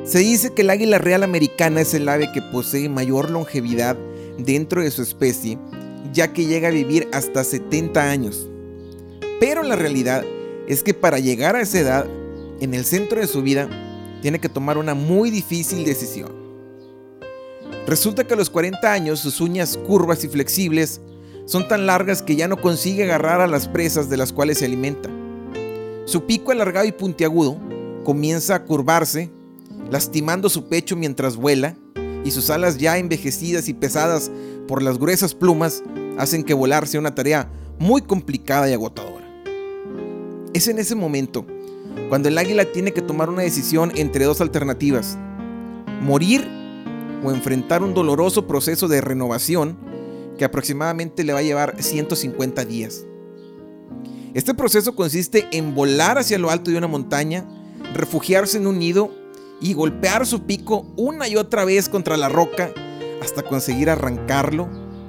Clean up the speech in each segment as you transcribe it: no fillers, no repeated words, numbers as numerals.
Se dice que el águila real americana es el ave que posee mayor longevidad dentro de su especie, ya que llega a vivir hasta 70 años. Pero la realidad es que para llegar a esa edad, en el centro de su vida, tiene que tomar una muy difícil decisión. Resulta que a los 40 años sus uñas curvas y flexibles son tan largas que ya no consigue agarrar a las presas de las cuales se alimenta. Su pico alargado y puntiagudo comienza a curvarse, lastimando su pecho mientras vuela, y sus alas ya envejecidas y pesadas por las gruesas plumas hacen que volar sea una tarea muy complicada y agotadora. Es en ese momento cuando el águila tiene que tomar una decisión entre dos alternativas: morir o enfrentar un doloroso proceso de renovación que aproximadamente le va a llevar 150 días. Este proceso consiste en volar hacia lo alto de una montaña, refugiarse en un nido y golpear su pico una y otra vez contra la roca hasta conseguir arrancarlo.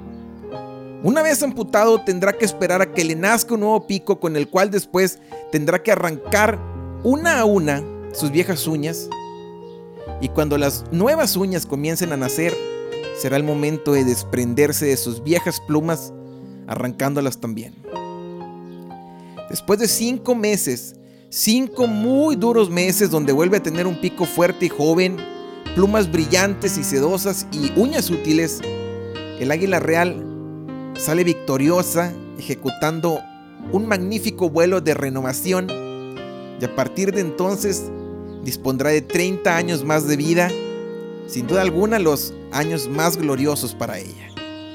Una vez amputado, tendrá que esperar a que le nazca un nuevo pico, con el cual después tendrá que arrancar una a una sus viejas uñas, y cuando las nuevas uñas comiencen a nacer, será el momento de desprenderse de sus viejas plumas, arrancándolas también. Después de 5 meses, 5 muy duros meses donde vuelve a tener un pico fuerte y joven, plumas brillantes y sedosas y uñas útiles, el águila real sale victoriosa, ejecutando un magnífico vuelo de renovación, y a partir de entonces dispondrá de 30 años más de vida, sin duda alguna los años más gloriosos para ella.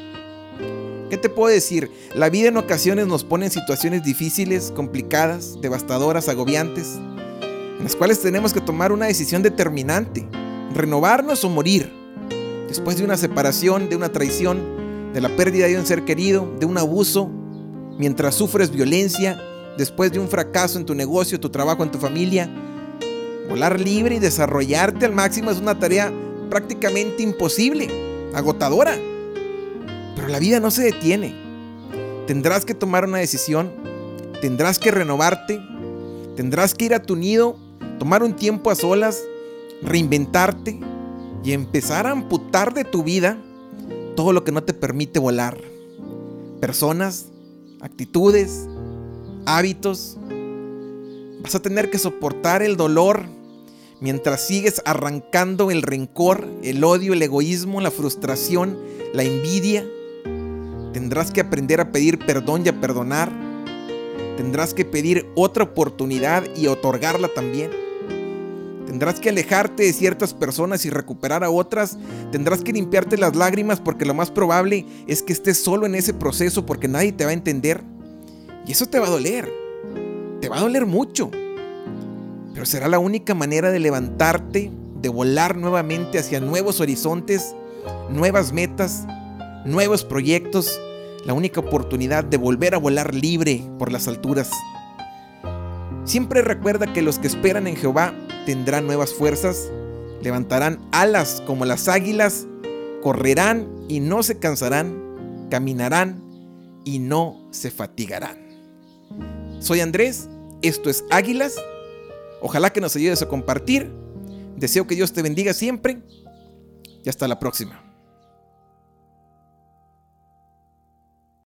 ¿Qué te puedo decir? La vida en ocasiones nos pone en situaciones difíciles, complicadas, devastadoras, agobiantes, en las cuales tenemos que tomar una decisión determinante: renovarnos o morir. Después de una separación, de una traición, de la pérdida de un ser querido, de un abuso, mientras sufres violencia, después de un fracaso en tu negocio, tu trabajo, en tu familia, volar libre y desarrollarte al máximo es una tarea prácticamente imposible, agotadora. Pero la vida no se detiene. Tendrás que tomar una decisión, tendrás que renovarte, tendrás que ir a tu nido, tomar un tiempo a solas, reinventarte y empezar a amputar de tu vida todo lo que no te permite volar. Personas, actitudes, hábitos. Vas a tener que soportar el dolor mientras sigues arrancando el rencor, el odio, el egoísmo, la frustración, la envidia. Tendrás que aprender a pedir perdón y a perdonar. Tendrás que pedir otra oportunidad y otorgarla también. Tendrás que alejarte de ciertas personas y recuperar a otras. Tendrás que limpiarte las lágrimas, porque lo más probable es que estés solo en ese proceso, porque nadie te va a entender. Y eso te va a doler. Te va a doler mucho. Pero será la única manera de levantarte, de volar nuevamente hacia nuevos horizontes, nuevas metas, nuevos proyectos, la única oportunidad de volver a volar libre por las alturas. Siempre recuerda que los que esperan en Jehová tendrán nuevas fuerzas, levantarán alas como las águilas, correrán y no se cansarán, caminarán y no se fatigarán. Soy Andrés, esto es Águilas. Ojalá que nos ayudes a compartir. Deseo que Dios te bendiga siempre y hasta la próxima.